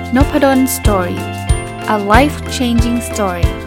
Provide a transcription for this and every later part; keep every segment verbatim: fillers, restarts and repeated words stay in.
Nopadon Story. A life-changing story.ส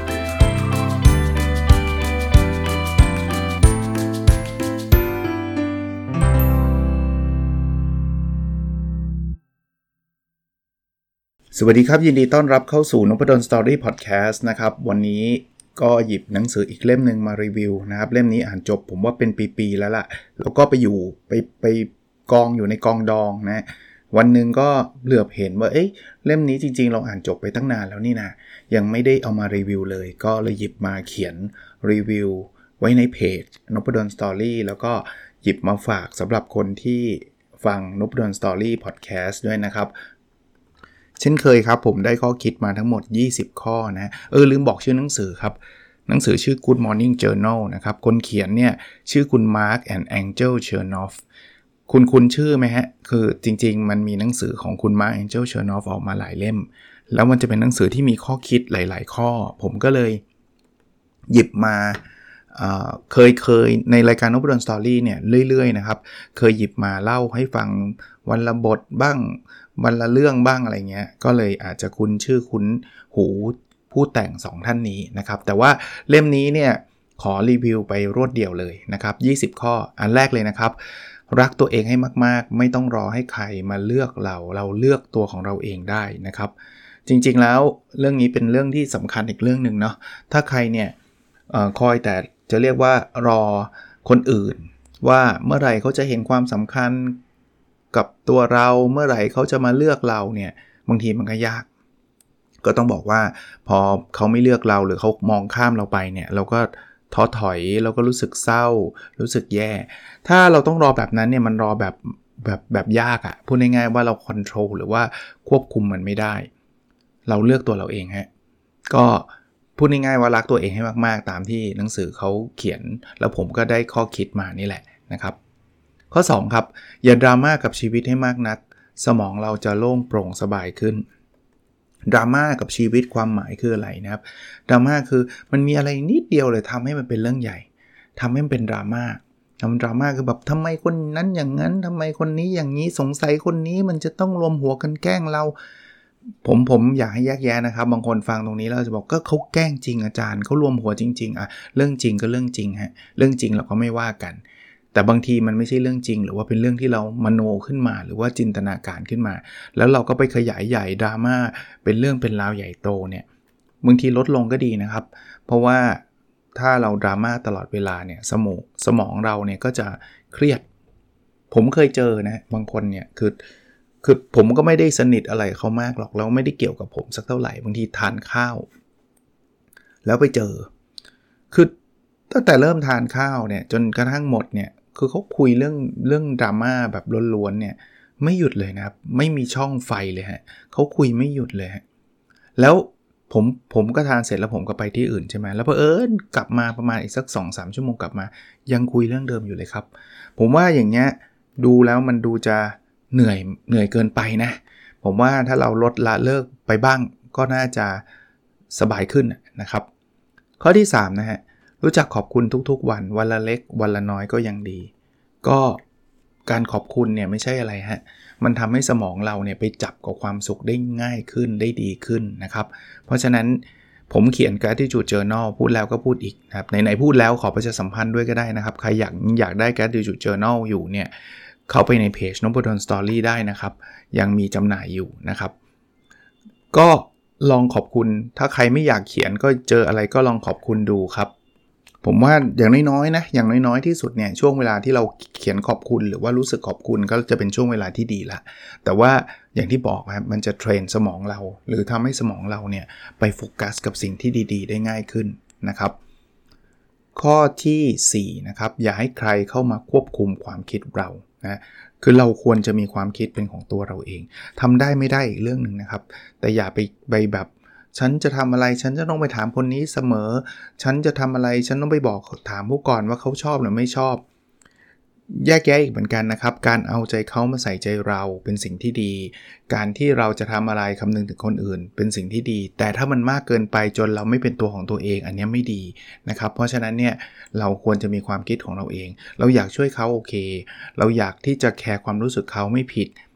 วัสดีครับยินดีต้อนรับเข้าสู่ Nopadon Story Podcast นะครับวันนี้ก็หยิบหนังสืออีกเล่มนึงมารีวิวนะครับเล่มนี้อ่านจบผมว่าเป็นปีๆแล้วล่ะแล้วก็ไปอยู่ไปไปกองอยู่ในกองดองนะวันนึงก็เหลือบเห็นว่าเอ๊ะเล่มนี้จริงๆเราอ่านจบไปตั้งนานแล้วนี่นะยังไม่ได้เอามารีวิวเลยก็เลยหยิบมาเขียนรีวิวไว้ในเพจ Nopadon Story แล้วก็หยิบมาฝากสำหรับคนที่ฟัง Nopadon Story Podcast ด้วยนะครับเช่นเคยครับผมได้ข้อคิดมาทั้งหมดยี่สิบข้อนะเออลืมบอกชื่อหนังสือครับหนังสือชื่อ Good Morning Journal นะครับคนเขียนเนี่ยชื่อคุณ Mark and Angel Chernoff คุณคุณชื่อไหมฮะคือจริงๆมันมีหนังสือของคุณ Mark Angel Chernoff ออกมาหลายเล่มแล้วมันจะเป็นหนังสือที่มีข้อคิดหลายๆข้อผมก็เลยหยิบมาเอ่อเคยเคยในรายการ Nopadon Story เนี่ยเรื่อยๆนะครับเคยหยิบมาเล่าให้ฟังวันละบทบ้างวันละเรื่องบ้างอะไรเงี้ยก็เลยอาจจะคุ้นชื่อคุ้นหูผู้แต่งสองท่านนี้นะครับแต่ว่าเล่มนี้เนี่ยขอรีวิวไปรวดเดียวเลยนะครับยี่สิบข้ออันแรกเลยนะครับรักตัวเองให้มากๆไม่ต้องรอให้ใครมาเลือกเราเราเลือกตัวของเราเองได้นะครับจริงๆแล้วเรื่องนี้เป็นเรื่องที่สำคัญอีกเรื่องนึงเนาะถ้าใครเนี่ยเอ่อคอยแต่จะเรียกว่ารอคนอื่นว่าเมื่อไหร่เขาจะเห็นความสำคัญกับตัวเราเมื่อไหร่เขาจะมาเลือกเราเนี่ยบางทีมันก็ยากก็ต้องบอกว่าพอเขาไม่เลือกเราหรือเขามองข้ามเราไปเนี่ยเราก็ท้อถอยเราก็รู้สึกเศร้ารู้สึกแย่ถ้าเราต้องรอแบบนั้นเนี่ยมันรอแบบแบบแบบยากอะพูดง่ายๆว่าเราคอนโทรลหรือว่าควบคุมมันไม่ได้เราเลือกตัวเราเองฮะก็พูดง่ายๆว่ารักตัวเองให้มากๆตามที่หนังสือเขาเขียนแล้วผมก็ได้ข้อคิดมานี่แหละนะครับข้อสองครับอย่าดราม่ากับชีวิตให้มากนักสมองเราจะโล่งโปร่งสบายขึ้นดราม่ากับชีวิตความหมายคืออะไรนะครับดราม่าคือมันมีอะไรนิดเดียวเลยทำให้มันเป็นเรื่องใหญ่ทำให้มันเป็นดราม่าทำดราม่าคือแบบทำไมคนนั้นอย่างนั้นทำไมคนนี้อย่างนี้สงสัยคนนี้มันจะต้องรวมหัวกันแกล้งเราผมผมอยากให้แยกแยะนะครับบางคนฟังตรงนี้แล้วจะบอกก็เขาแกล้งจริงอาจารย์เขารวมหัวจริงๆอ่ะเรื่องจริงก็เรื่องจริงฮะเรื่องจริงเราก็ไม่ว่ากันแต่บางทีมันไม่ใช่เรื่องจริงหรือว่าเป็นเรื่องที่เรามโนขึ้นมาหรือว่าจินตนาการขึ้นมาแล้วเราก็ไปขยายใหญ่ดราม่าเป็นเรื่องเป็นราวใหญ่โตเนี่ยบางทีลดลงก็ดีนะครับเพราะว่าถ้าเราดราม่าตลอดเวลาเนี่ยสมองสมองเราเนี่ยก็จะเครียดผมเคยเจอนะบางคนเนี่ยคือคือผมก็ไม่ได้สนิทอะไรเขามากหรอกแล้วไม่ได้เกี่ยวกับผมสักเท่าไหร่บางทีทานข้าวแล้วไปเจอคือตั้งแต่เริ่มทานข้าวเนี่ยจนกระทั่งหมดเนี่ยคือเขาคุยเรื่องเรื่องดราม่าแบบล้วนๆเนี่ยไม่หยุดเลยนะครับไม่มีช่องไฟเลยฮะเขาคุยไม่หยุดเลยฮะแล้วผมผมก็ทานเสร็จแล้วผมก็ไปที่อื่นใช่ไหมแล้วพอเออกลับมาประมาณอีกสัก สองถึงสาม ชั่วโมงกลับมายังคุยเรื่องเดิมอยู่เลยครับผมว่าอย่างเงี้ยดูแล้วมันดูจะเหนื่อยเหนื่อยเกินไปนะผมว่าถ้าเราลดละเลิกไปบ้างก็น่าจะสบายขึ้นนะครับข้อที่สามนะฮะรู้จักขอบคุณทุกๆวันวันละเล็กวันละน้อยก็ยังดีก็การขอบคุณเนี่ยไม่ใช่อะไรฮะมันทำให้สมองเราเนี่ยไปจับกับความสุขได้ง่ายขึ้นได้ดีขึ้นนะครับเพราะฉะนั้นผมเขียน Gratitude Journal พูดแล้วก็พูดอีกนะครับไหนๆพูดแล้วขอประชาสัมพันธ์ด้วยก็ได้นะครับใครอยากอยากได้ Gratitude Journal อยู่เนี่ยเข้าไปในเพจ Nopadon Story ได้นะครับยังมีจำหน่ายอยู่นะครับก็ลองขอบคุณถ้าใครไม่อยากเขียนก็เจออะไรก็ลองขอบคุณดูครับผมว่าอย่างน้อยๆนะอย่างน้อยๆที่สุดเนี่ยช่วงเวลาที่เราเขียนขอบคุณหรือว่ารู้สึกขอบคุณก็จะเป็นช่วงเวลาที่ดีละแต่ว่าอย่างที่บอกครับมันจะเทรนสมองเราหรือทำให้สมองเราเนี่ยไปโฟกัสกับสิ่งที่ดีๆได้ง่ายขึ้นนะครับข้อที่สี่นะครับอย่าให้ใครเข้ามาควบคุมความคิดเรานะคือเราควรจะมีความคิดเป็นของตัวเราเองทำได้ไม่ได้อีกเรื่องนึงนะครับแต่อย่าไปไปแบบฉันจะทำอะไรฉันจะต้องไปถามคนนี้เสมอฉันจะทำอะไรฉันต้องไปบอกถามผู้ก่อนว่าเขาชอบหรือไม่ชอบแยกแยะอีกเหมือนกันนะครับการเอาใจเขามาใส่ใจเราเป็นสิ่งที่ดีการที่เราจะทำอะไรคำนึงถึงคนอื่นเป็นสิ่งที่ดีแต่ถ้ามันมากเกินไปจนเราไม่เป็นตัวของตัวเองอันนี้ไม่ดีนะครับเพราะฉะนั้นเนี่ยเราควรจะมีความคิดของเราเองเราอยากช่วยเขาโอเคเราอยากที่จะแคร์ความรู้สึกเขาไม่ผิด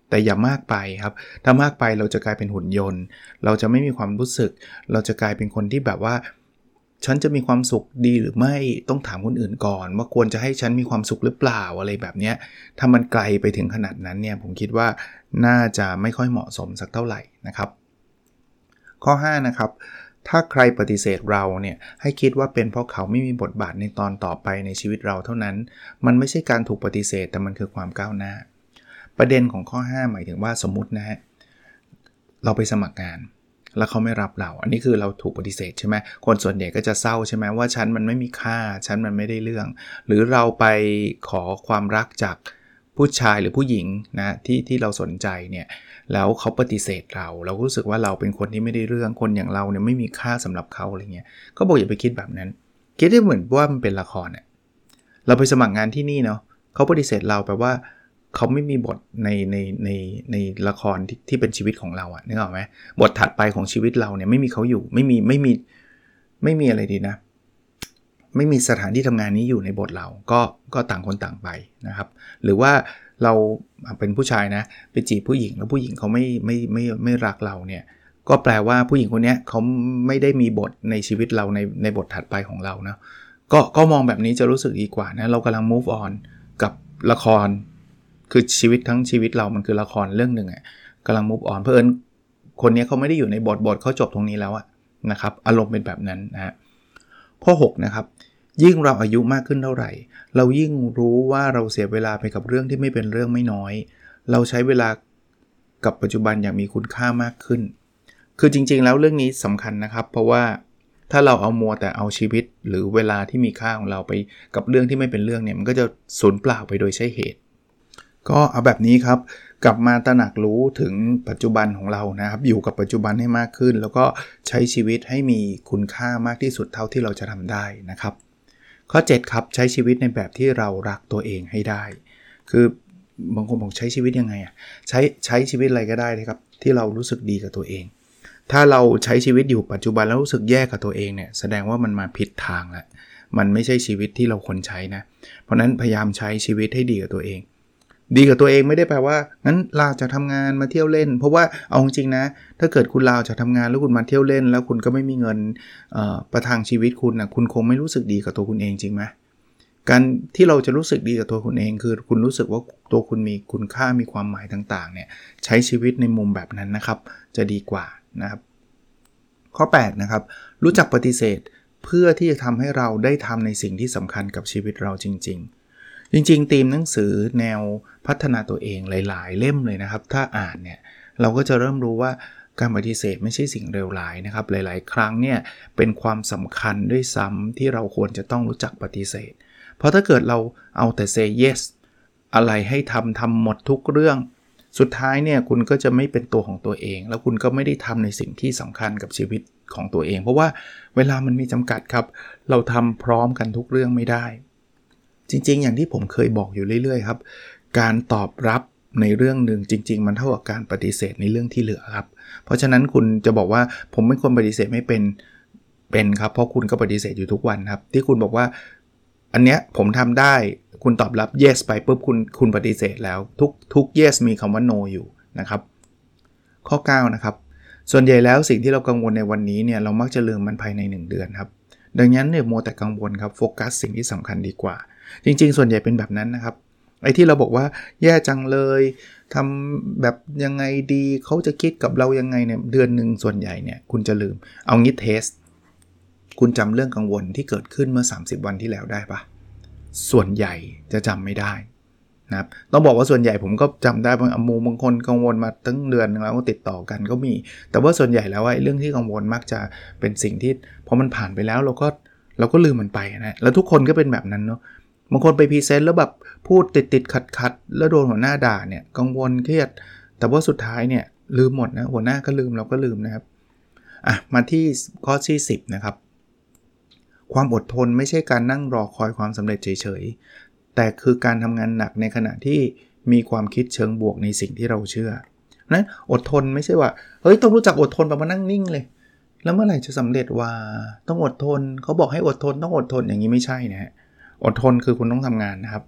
แต่อย่ามากไปครับถ้ามากไปเราจะกลายเป็นหุ่นยนต์เราจะไม่มีความรู้สึกเราจะกลายเป็นคนที่แบบว่าฉันจะมีความสุขดีหรือไม่ต้องถามคนอื่นก่อนว่าควรจะให้ฉันมีความสุขหรือเปล่าอะไรแบบนี้ถ้ามันไกลไปถึงขนาดนั้นเนี่ยผมคิดว่าน่าจะไม่ค่อยเหมาะสมสักเท่าไหร่นะครับข้อห้านะครับถ้าใครปฏิเสธเราเนี่ยให้คิดว่าเป็นเพราะเขาไม่มีบทบาทในตอนต่อไปในชีวิตเราเท่านั้นมันไม่ใช่การถูกปฏิเสธแต่มันคือความก้าวหน้าประเด็นของข้อห้าหมายถึงว่าสมมุตินะฮะเราไปสมัครงานแล้วเขาไม่รับเราอันนี้คือเราถูกปฏิเสธใช่ไหมคนส่วนใหญ่ก็จะเศร้าใช่ไหมว่าฉันมันไม่มีค่าฉันมันไม่ได้เรื่องหรือเราไปขอความรักจากผู้ชายหรือผู้หญิงนะที่ที่เราสนใจเนี่ยแล้วเขาปฏิเสธเราเรารู้สึกว่าเราเป็นคนที่ไม่ได้เรื่องคนอย่างเราเนี่ยไม่มีค่าสำหรับเขาอะไรเงี้ยก็บอกอย่าไปคิดแบบนั้นคิดได้เหมือนว่ามันเป็นละครเนี่ยเราไปสมัครงานที่นี่เนาะเขาปฏิเสธเราแปลว่าเขาไม่มีบทในในในในละครที่ที่เป็นชีวิตของเราอะนึกออกไหมบทถัดไปของชีวิตเราเนี่ยไม่มีเขาอยู่ไม่มีไม่มีไม่มีอะไรดีนะไม่มีสถานที่ทำงานนี้อยู่ในบทเราก็ก็ต่างคนต่างไปนะครับหรือว่าเราเป็นผู้ชายนะไปจีบผู้หญิงแล้วผู้หญิงเขาไม่ไม่ไม่ไม่รักเราเนี่ยก็แปลว่าผู้หญิงคนนี้เขาไม่ได้มีบทในชีวิตเราในในบทถัดไปของเรานะก็ก็มองแบบนี้จะรู้สึกดีกว่านะเรากำลัง move on กับละครคือชีวิตทั้งชีวิตเรามันคือละครเรื่องหนึ่งอ่ะกำลัง move on เพื่อนคนนี้เขาไม่ได้อยู่ในบทบทเขาจบตรงนี้แล้วอะนะครับอารมณ์เป็นแบบนั้นนะฮะข้อหกนะครับยิ่งเราอายุมากขึ้นเท่าไหร่เรายิ่งรู้ว่าเราเสียเวลาไปกับเรื่องที่ไม่เป็นเรื่องไม่น้อยเราใช้เวลากับปัจจุบันอย่างมีคุณค่ามากขึ้นคือจริงๆแล้วเรื่องนี้สำคัญนะครับเพราะว่าถ้าเราเอามัวแต่เอาชีวิตหรือเวลาที่มีค่าของเราไปกับเรื่องที่ไม่เป็นเรื่องเนี่ยมันก็จะสูญเปล่าไปโดยใช่เหตุก็เอาแบบนี้ครับกลับมาตระหนักรู้ถึงปัจจุบันของเรานะครับอยู่กับปัจจุบันให้มากขึ้นแล้วก็ใช้ชีวิตให้มีคุณค่ามากที่สุดเท่าที่เราจะทำได้นะครับข้อเจ็ดครับใช้ชีวิตในแบบที่เรารักตัวเองให้ได้คือบางคนบอกใช้ชีวิตยังไงอ่ะใช้ใช้ชีวิตอะไรก็ได้นะครับที่เรารู้สึกดีกับตัวเองถ้าเราใช้ชีวิตอยู่ปัจจุบันแล้วรู้สึกแย่กับตัวเองเนี่ยแสดงว่ามันมาผิดทางแล้วมันไม่ใช่ชีวิตที่เราควรใช้นะเพราะนั้นพยายามใช้ชีวิตให้ดีกับตัวเองดีกับตัวเองไม่ได้แปลว่างั้นลาจากทำงานมาเที่ยวเล่นเพราะว่าเอาจริงๆนะถ้าเกิดคุณลาจากทำงานแล้วคุณมาเที่ยวเล่นแล้วคุณก็ไม่มีเงินประทังชีวิตคุณนะคุณคงไม่รู้สึกดีกับตัวคุณเองจริงไหมการที่เราจะรู้สึกดีกับตัวคุณเองคือคุณรู้สึกว่าตัวคุณมีคุณค่ามีความหมายต่างๆเนี่ยใช้ชีวิตในมุมแบบนั้นนะครับจะดีกว่านะครับข้อแปดนะครับรู้จักปฏิเสธเพื่อที่จะทำให้เราได้ทำในสิ่งที่สำคัญกับชีวิตเราจริงๆจริงๆธีมหนังสือแนวพัฒนาตัวเองหลายๆเล่มเลยนะครับถ้าอ่านเนี่ยเราก็จะเริ่มรู้ว่าการปฏิเสธไม่ใช่สิ่งเลวร้ายนะครับหลายๆครั้งเนี่ยเป็นความสำคัญด้วยซ้ำที่เราควรจะต้องรู้จักปฏิเสธเพราะถ้าเกิดเราเอาแต่ say yes อะไรให้ทำทำหมดทุกเรื่องสุดท้ายเนี่ยคุณก็จะไม่เป็นตัวของตัวเองแล้วคุณก็ไม่ได้ทำในสิ่งที่สำคัญกับชีวิตของตัวเองเพราะว่าเวลามันมีจำกัดครับเราทำพร้อมกันทุกเรื่องไม่ได้จริงๆอย่างที่ผมเคยบอกอยู่เรื่อยๆครับการตอบรับในเรื่องนึงจริงๆมันเท่ากับการปฏิเสธในเรื่องที่เหลือครับเพราะฉะนั้นคุณจะบอกว่าผมเป็นคนปฏิเสธไม่เป็นเป็นครับเพราะคุณก็ปฏิเสธอยู่ทุกวันครับที่คุณบอกว่าอันเนี้ยผมทำได้คุณตอบรับ yes ไปปุ๊บคุณคุณปฏิเสธแล้วทุกทุก yes มีคำว่า no อยู่นะครับข้อเก้านะครับส่วนใหญ่แล้วสิ่งที่เรากังวลในวันนี้เนี่ยเรามักจะลืมมันภายในหนึ่งเดือนครับดังนั้นเนี่ยมัวแต่กังวลครับโฟกัสสิ่งที่สำคัญดีกว่าจริงๆส่วนใหญ่เป็นแบบนั้นนะครับไอ้ที่เราบอกว่าแย่จังเลยทำแบบยังไงดีเขาจะคิดกับเรายังไงเนี่ยเดือนนึงส่วนใหญ่เนี่ยคุณจะลืมเอางี้เทสคุณจำเรื่องกังวลที่เกิดขึ้นเมื่อสามสิบวันที่แล้วได้ปะส่วนใหญ่จะจำไม่ได้นะครับต้องบอกว่าส่วนใหญ่ผมก็จำได้บางอมูบางคนกังวลมาตั้งเดือนนึงแล้วก็ติดต่อกันก็มีแต่ว่าส่วนใหญ่แล้วไอ้เรื่องที่กังวลมักจะเป็นสิ่งที่พอมันผ่านไปแล้วเราก็เราก็ลืมมันไปนะแล้วทุกคนก็เป็นแบบนั้นเนาะบางคนไปพรีเซนต์แล้วแบบพูดติดติดขัดขัดแล้วโดนหัวหน้าด่าเนี่ยกังวลเครียดแต่ว่าสุดท้ายเนี่ยลืมหมดนะหัวหน้าก็ลืมเราก็ลืมนะครับอ่ะมาที่ข้อที่สิบนะครับความอดทนไม่ใช่การนั่งรอคอยความสำเร็จเฉยๆแต่คือการทำงานหนักในขณะที่มีความคิดเชิงบวกในสิ่งที่เราเชื่อนั้นอดทนไม่ใช่ว่าเฮ้ยต้องรู้จักอดทนแบบมานั่งนิ่งเลยแล้วเมื่อไหร่จะสำเร็จว่าต้องอดทนเขาบอกให้อดทนต้องอดทนอย่างนี้ไม่ใช่นะฮะอดทนคือคุณต้องทำงานนะครับ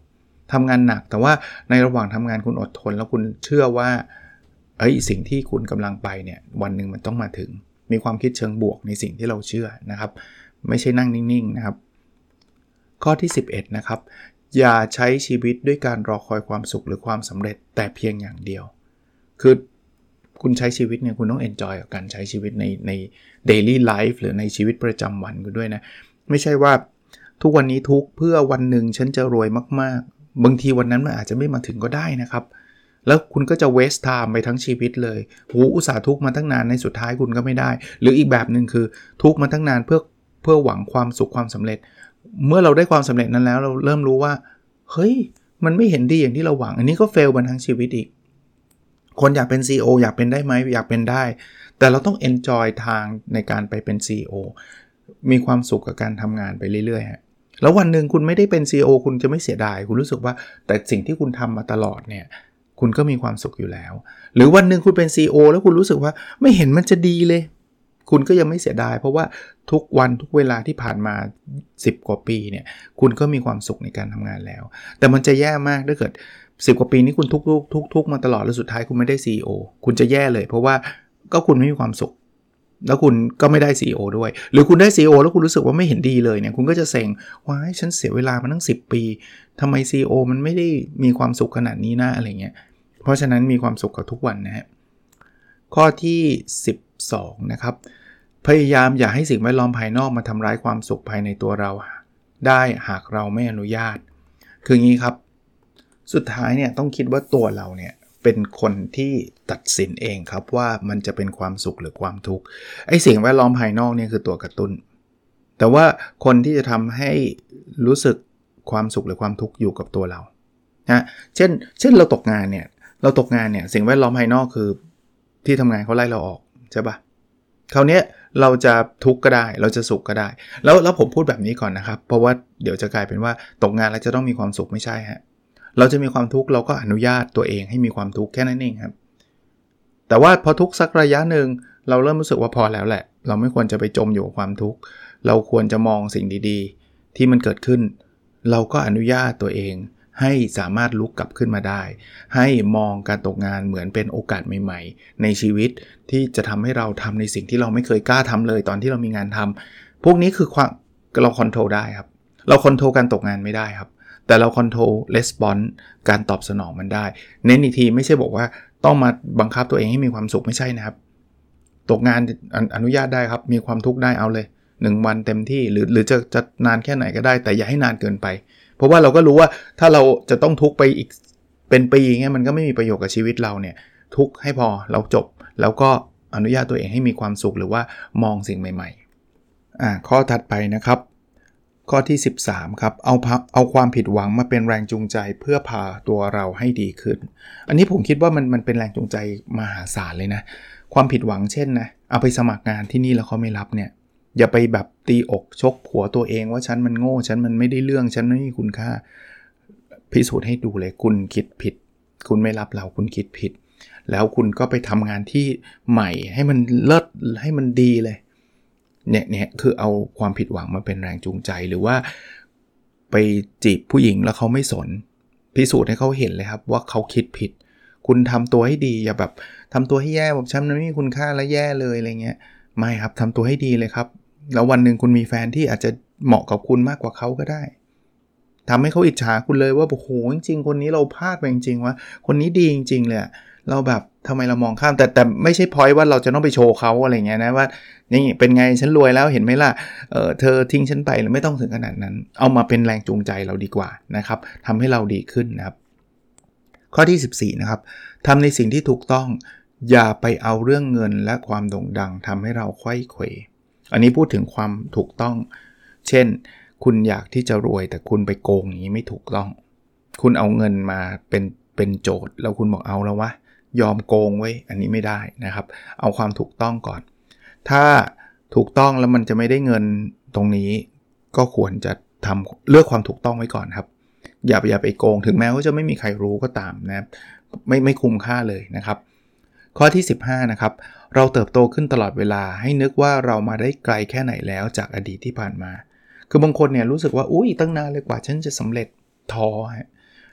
ทำงานหนักแต่ว่าในระหว่างทำงานคุณอดทนแล้วคุณเชื่อว่าเอ้ยสิ่งที่คุณกำลังไปเนี่ยวันหนึ่งมันต้องมาถึงมีความคิดเชิงบวกในสิ่งที่เราเชื่อนะครับไม่ใช่นั่งนิ่งๆนะครับข้อที่สิบเอ็ดนะครับอย่าใช้ชีวิตด้วยการรอคอยความสุขหรือความสำเร็จแต่เพียงอย่างเดียวคือคุณใช้ชีวิตเนี่ยคุณต้อง enjoy กับการใช้ชีวิตในใน daily life หรือในชีวิตประจำวันคุณด้วยนะไม่ใช่ว่าทุกวันนี้ทุกเพื่อวันหนึ่งฉันจะรวยมากๆบางทีวันนั้นมันอาจจะไม่มาถึงก็ได้นะครับแล้วคุณก็จะ waste time ไปทั้งชีวิตเลยโหอุตส่าห์ทุกมาตั้งนานในสุดท้ายคุณก็ไม่ได้หรืออีกแบบนึงคือทุกมาตั้งนานเพื่อเพื่อหวังความสุขความสำเร็จเมื่อเราได้ความสำเร็จนั้นแล้วเราเริ่มรู้ว่าเฮ้ยมันไม่เห็นดีอย่างที่เราหวังอันนี้ก็เฟลมาทั้งชีวิตอีกคนอยากเป็น ซี อี โอ อยากเป็นได้ไหมอยากเป็นได้แต่เราต้อง enjoy ทางในการไปเป็น ซี อี โอ มีความสุขกับการทำงานไปเรื่อยๆฮะแล้ววันหนึ่งคุณไม่ได้เป็น ซี อี โอ คุณจะไม่เสียดายคุณรู้สึกว่าแต่สิ่งที่คุณทำมาตลอดเนี่ยคุณก็มีความสุขอยู่แล้วหรือวันหนึ่งคุณเป็น ซี อี โอ แล้วคุณรู้สึกว่าไม่เห็นมันจะดีเลยคุณก็ยังไม่เสียดายเพราะว่าทุกวันทุกเวลาที่ผ่านมาสิบกว่าปีเนี่ยคุณก็มีความสุขในการทำงานแล้วแต่มันจะแย่มากถ้าเกิดสิบกว่าปีนี้คุณทุกๆทุกๆมาตลอดแล้วสุดท้ายคุณไม่ได้ ซี อี โอ คุณจะแย่เลยเพราะว่าก็คุณไม่มีความสุขแล้วคุณก็ไม่ได้ ซี อี โอ ด้วยหรือคุณได้ ซี อี โอ แล้วคุณรู้สึกว่าไม่เห็นดีเลยเนี่ยคุณก็จะเซ็งว้ายฉันเสียเวลามาตั้งสิบปีทำไม ซี อี โอ มันไม่ได้มีความสุขขนาดนี้นะอะไรเงี้ยเพราะฉะนั้นมีความสุขกับทุกวันนะฮะข้อที่สิบสองนะครับพยายามอย่าให้สิ่งแวดล้อมภายนอกมาทำร้ายความสุขภายในตัวเราได้หากเราไม่อนุญาตคืองี้ครับสุดท้ายเนี่ยต้องคิดว่าตัวเราเนี่ยเป็นคนที่ตัดสินเองครับว่ามันจะเป็นความสุขหรือความทุกข์ไอ้สิ่งแวดล้อมภายนอกเนี่ยคือตัวกระตุ้นแต่ว่าคนที่จะทำให้รู้สึกความสุขหรือความทุกข์อยู่กับตัวเรานะเช่นเช่นเราตกงานเนี่ยเราตกงานเนี่ยสิ่งแวดล้อมภายนอกคือที่ทำงานเขาไล่เราออกใช่ปะคราวนี้เราจะทุกข์ก็ได้เราจะสุขก็ได้แล้วแล้วผมพูดแบบนี้ก่อนนะครับเพราะว่าเดี๋ยวจะกลายเป็นว่าตกงานแล้วจะต้องมีความสุขไม่ใช่ฮะเราจะมีความทุกข์เราก็อนุญาตตัวเองให้มีความทุกข์แค่นั้นเองครับแต่ว่าพอทุกข์สักระยะหนึ่งเราเริ่มรู้สึกว่าพอแล้วแหละเราไม่ควรจะไปจมอยู่กับความทุกข์เราควรจะมองสิ่งดีๆที่มันเกิดขึ้นเราก็อนุญาตตัวเองให้สามารถลุกกลับขึ้นมาได้ให้มองการตกงานเหมือนเป็นโอกาสใหม่ๆในชีวิตที่จะทำให้เราทำในสิ่งที่เราไม่เคยกล้าทำเลยตอนที่เรามีงานทำพวกนี้คือความเราคอนโทรลได้ครับเราคอนโทรลการตกงานไม่ได้ครับแต่เราคอนโทรลレスปอนส์การตอบสนองมันได้เน้นอีกทีไม่ใช่บอกว่าต้องมาบังคับตัวเองให้มีความสุขไม่ใช่นะครับตกงานอนุญาตได้ครับมีความทุกข์ได้เอาเลยหนึ่งวันเต็มที่หรือหรือจะจะนานแค่ไหนก็ได้แต่อย่าให้นานเกินไปเพราะว่าเราก็รู้ว่าถ้าเราจะต้องทุกข์ไปอีกเป็นปีอย่างเงี้ยมันก็ไม่มีประโยชน์กับชีวิตเราเนี่ยทุกข์ให้พอเราจบแล้วก็อนุญาตตัวเองให้มีความสุขหรือว่ามองสิ่งใหม่ๆอ่าข้อถัดไปนะครับข้อที่สิบสามครับเอาเอาความผิดหวังมาเป็นแรงจูงใจเพื่อพาตัวเราให้ดีขึ้นอันนี้ผมคิดว่ามันมันเป็นแรงจูงใจมหาศาลเลยนะความผิดหวังเช่นนะเอาไปสมัครงานที่นี่แล้วเขาไม่รับเนี่ยอย่าไปแบบตีอกชกหัวตัวเองว่าฉันมันโง่ฉันมันไม่ได้เรื่องฉันไม่มีคุณค่าพิสูจน์ให้ดูเลยคุณคิดผิดคุณไม่รับเราคุณคิดผิดแล้วคุณก็ไปทำงานที่ใหม่ให้มันเลิศให้มันดีเลยเนี่ยเนี่ยคือเอาความผิดหวังมาเป็นแรงจูงใจหรือว่าไปจีบผู้หญิงแล้วเขาไม่สนพิสูจน์ให้เขาเห็นเลยครับว่าเขาคิดผิดคุณทำตัวให้ดีอย่าแบบทำตัวให้แย่แบบฉันไม่มีคุณค่าและแย่เลยอะไรเงี้ยไม่ครับทำตัวให้ดีเลยครับแล้ววันหนึ่งคุณมีแฟนที่อาจจะเหมาะกับคุณมากกว่าเขาก็ได้ทำให้เขาอิจฉาคุณเลยว่าโอ้โหจริงๆคนนี้เราพลาดไปจริงๆว่าคนนี้ดีจริงๆเลยเราแบบทำไมเรามองข้ามแต่แต่ไม่ใช่พอยต์ว่าเราจะต้องไปโชว์เขาอะไรเงี้ยนะว่านี่เป็นไงฉันรวยแล้วเห็นไหมล่ะ เออเธอทิ้งฉันไปหรือไม่ต้องถึงขนาดนั้นเอามาเป็นแรงจูงใจเราดีกว่านะครับทำให้เราดีขึ้นนะครับข้อที่สิบสี่นะครับทำในสิ่งที่ถูกต้องอย่าไปเอาเรื่องเงินและความโด่งดังทำให้เราไขว้เขวอันนี้พูดถึงความถูกต้องเช่นคุณอยากที่จะรวยแต่คุณไปโกงอย่างนี้ไม่ถูกต้องคุณเอาเงินมาเป็นเป็นโจทย์แล้วคุณบอกเอาแล้ววะยอมโกงไว้อันนี้ไม่ได้นะครับเอาความถูกต้องก่อนถ้าถูกต้องแล้วมันจะไม่ได้เงินตรงนี้ก็ควรจะทำเลือกความถูกต้องไว้ก่อนครับอย่าไปอย่าไปโกงถึงแม้ว่าจะไม่มีใครรู้ก็ตามนะครับไม่ไม่คุ้มค่าเลยนะครับข้อที่สิบห้านะครับเราเติบโตขึ้นตลอดเวลาให้นึกว่าเรามาได้ไกลแค่ไหนแล้วจากอดีตที่ผ่านมาคือบางคนเนี่ยรู้สึกว่าอุ้ยตั้งนานเลยกว่าฉันจะสำเร็จท้อฮะ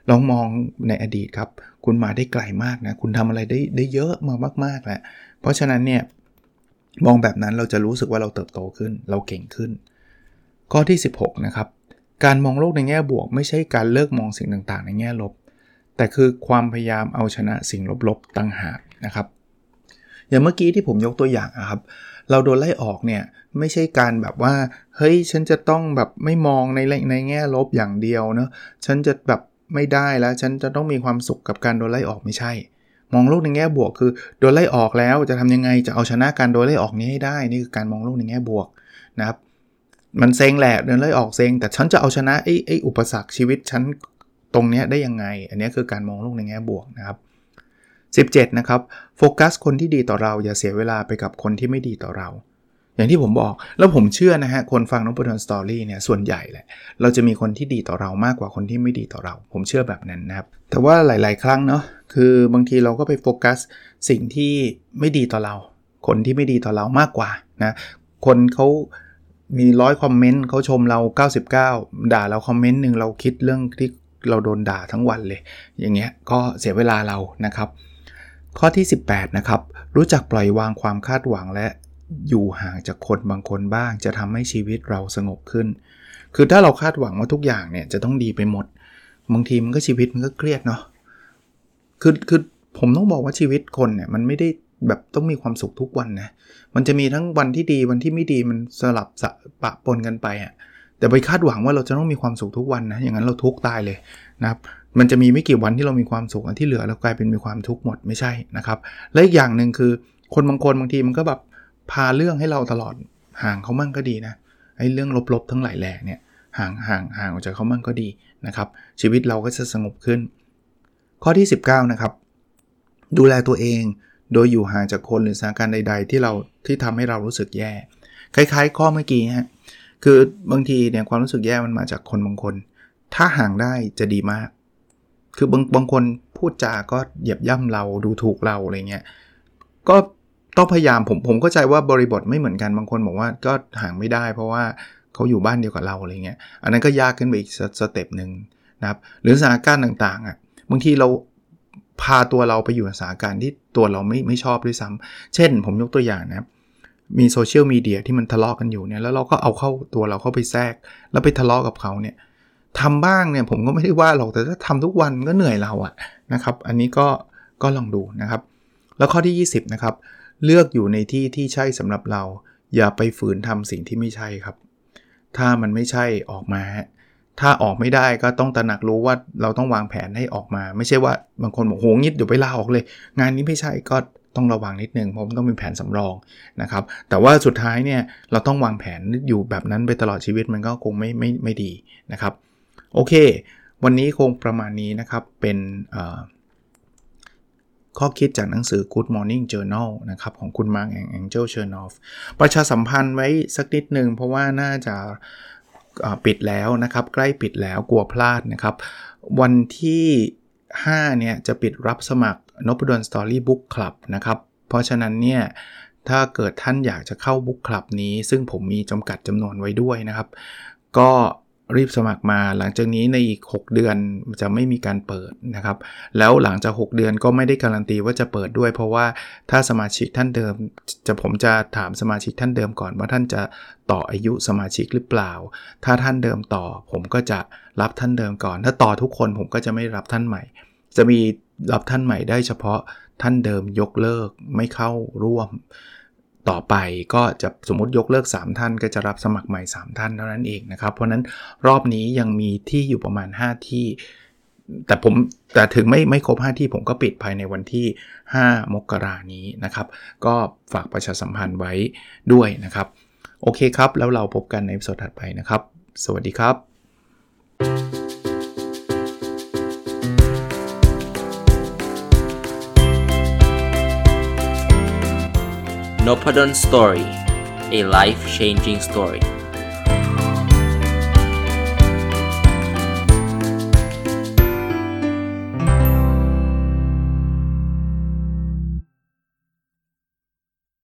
ลองมองในอดีตครับคุณมาได้ไกลมากนะคุณทำอะไรได้ได้เยอะมามากๆแล้วเพราะฉะนั้นเนี่ยมองแบบนั้นเราจะรู้สึกว่าเราเติบโตขึ้นเราเก่งขึ้นข้อที่สิบหกนะครับการมองโลกในแง่บวกไม่ใช่การเลิกมองสิ่งต่างๆในแง่ลบแต่คือความพยายามเอาชนะสิ่งลบๆต่างหากนะครับอย่างเมื่อกี้ที่ผมยกตัวอย่างนะครับเราโดนไล่ออกเนี่ยไม่ใช่การแบบว่าเฮ้ยฉันจะต้องแบบไม่มองในในแง่ลบอย่างเดียวเนอะฉันจะแบบไม่ได้แล้วฉันจะต้องมีความสุขกับการโดนไล่ออกไม่ใช่มองโลกในแง่บวกคือโดนไล่ออกแล้วจะทำยังไงจะเอาชนะการโดนไล่ออกนี้ให้ได้นี่คือการมองโลกในแง่บวกนะครับมันเซ็งแหละโดนไล่ออกเซ็งแต่ฉันจะเอาชนะไอ้ไอ้อุปสรรคชีวิตฉันตรงเนี้ยได้ยังไงอันนี้คือการมองโลกในแง่บวกนะครับสิบเจ็ดนะครับโฟกัสคนที่ดีต่อเราอย่าเสียเวลาไปกับคนที่ไม่ดีต่อเราอย่างที่ผมบอกแล้วผมเชื่อนะฮะคนฟังนพดลสตอรี่เนี่ยส่วนใหญ่แหละเราจะมีคนที่ดีต่อเรามากกว่าคนที่ไม่ดีต่อเราผมเชื่อแบบนั้นนะครับแต่ว่าหลายๆครั้งเนาะคือบางทีเราก็ไปโฟกัสสิ่งที่ไม่ดีต่อเราคนที่ไม่ดีต่อเรามากกว่านะคนเขามีร้อยคอมเมนต์เขาชมเราเก้าสิบเก้าด่าเราคอมเมนต์นึงเราคิดเรื่องที่เราโดนด่าทั้งวันเลยอย่างเงี้ยก็เสียเวลาเรานะครับข้อที่สิบแปดนะครับรู้จักปล่อยวางความคาดหวังและอยู่ห่างจากคนบางคนบ้างจะทำให้ชีวิตเราสงบขึ้นคือถ้าเราคาดหวังว่าทุกอย่างเนี่ยจะต้องดีไปหมดบางทีมันก็ชีวิตมันก็เครียดเนาะคือคือผมต้องบอกว่าชีวิตคนเนี่ยมันไม่ได้แบบต้องมีความสุขทุกวันนะมันจะมีทั้งวันที่ดีวันที่ไม่ดีมันสลับสะปะปนกันไปอ่ะแต่ไปคาดหวังว่าเราจะต้องมีความสุขทุกวันนะอย่างนั้นเราทุกข์ตายเลยนะครับมันจะมีไม่กี่วันที่เรามีความสุขที่เหลือเรากลายเป็นมีความทุกข์หมดไม่ใช่นะครับและอีกอย่างนึงคือคนบางคนบางทีมันก็แบบพาเรื่องให้เราตลอดห่างเขามั่งก็ดีนะไอ้เรื่องลบๆทั้งหลายแหล่เนี่ยห่างห่างห่างออกจากเขามั่งก็ดีนะครับชีวิตเราก็จะสงบขึ้นข้อที่สิบเก้านะครับดูแลตัวเองโดยอยู่ห่างจากคนหรือสถานการณ์ใดๆที่เราที่ทำให้เรารู้สึกแย่คล้ายๆข้อเมื่อกี้ฮะคือบางทีเนี่ยความรู้สึกแย่มันมาจากคนบางคนถ้าห่างได้จะดีมากคือบางบางคนพูดจาก็เหยียบย่ำเราดูถูกเราอะไรเงี้ยก็ต้องพยายามผมผมเข้าใจว่าบริบทไม่เหมือนกันบางคนบอกว่าก็ห่างไม่ได้เพราะว่าเขาอยู่บ้านเดียวกับเราอะไรเงี้ยอันนั้นก็ยากขึ้นไปอีกสเต็ปนึงนะครับหรือสถานการณ์ต่างๆอ่ะบางทีเราพาตัวเราไปอยู่ในสถานการณ์ที่ตัวเราไม่ไม่ชอบด้วยซ้ำเช่นผมยกตัวอย่างนะมีโซเชียลมีเดียที่มันทะเลาะกันอยู่เนี่ยแล้วเราก็เอาเข้าตัวเราเข้าไปแทรกแล้วไปทะเลาะกับเขาเนี่ยทำบ้างเนี่ยผมก็ไม่ได้ว่าหรอกแต่ถ้าทำทุกวันก็เหนื่อยเราอะนะครับอันนี้ก็ก็ลองดูนะครับแล้วข้อที่ยี่สิบนะครับเลือกอยู่ในที่ที่ใช่สำหรับเราอย่าไปฝืนทำสิ่งที่ไม่ใช่ครับถ้ามันไม่ใช่ออกมาถ้าออกไม่ได้ก็ต้องตระหนักรู้ว่าเราต้องวางแผนให้ออกมาไม่ใช่ว่าบางคนบอกโหงิดเดี๋ยวไปลาออกเลยงานนี้ไม่ใช่ก็ต้องระวังนิดนึงเพราะมันต้องมีแผนสำรองนะครับแต่ว่าสุดท้ายเนี่ยเราต้องวางแผนอยู่แบบนั้นไปตลอดชีวิตมันก็คงไม่ไม่ไม่ดีนะครับโอเควันนี้คงประมาณนี้นะครับเป็นข้อคิดจากหนังสือ Good Morning Journal นะครับของคุณ Mark and Angel Chernoff ประชาสัมพันธ์ไว้สักนิดนึงเพราะว่าน่าจะปิดแล้วนะครับใกล้ปิดแล้วกลัวพลาดนะครับวันที่ห้าเนี่ยจะปิดรับสมัครนพดล Story Book Club นะครับเพราะฉะนั้นเนี่ยถ้าเกิดท่านอยากจะเข้า Book Club นี้ซึ่งผมมีจำกัดจำนวนไว้ด้วยนะครับก็รีบสมัครมาหลังจากนี้ในอีกหกเดือนจะไม่มีการเปิดนะครับแล้วหลังจากหกเดือนก็ไม่ได้การันตีว่าจะเปิดด้วยเพราะว่าถ้าสมาชิกท่านเดิมจะผมจะถามสมาชิกท่านเดิมก่อนว่าท่านจะต่ออายุสมาชิกหรือเปล่าถ้าท่านเดิมต่อผมก็จะรับท่านเดิมก่อนถ้าต่อทุกคนผมก็จะไม่รับท่านใหม่จะมีรับท่านใหม่ได้เฉพาะท่านเดิมยกเลิกไม่เข้าร่วมต่อไปก็จะสมมุติยกเลิกสามท่านก็จะรับสมัครใหม่สามท่านเท่านั้นเองนะครับเพราะนั้นรอบนี้ยังมีที่อยู่ประมาณห้าที่แต่ผมแต่ถึงไม่ไม่ครบห้าที่ผมก็ปิดภายในวันที่ห้ามกราคมนี้นะครับก็ฝากประชาสัมพันธ์ไว้ด้วยนะครับโอเคครับแล้วเราพบกันในตอนถัดไปนะครับสวัสดีครับ Noppadan Story, a life-changing story.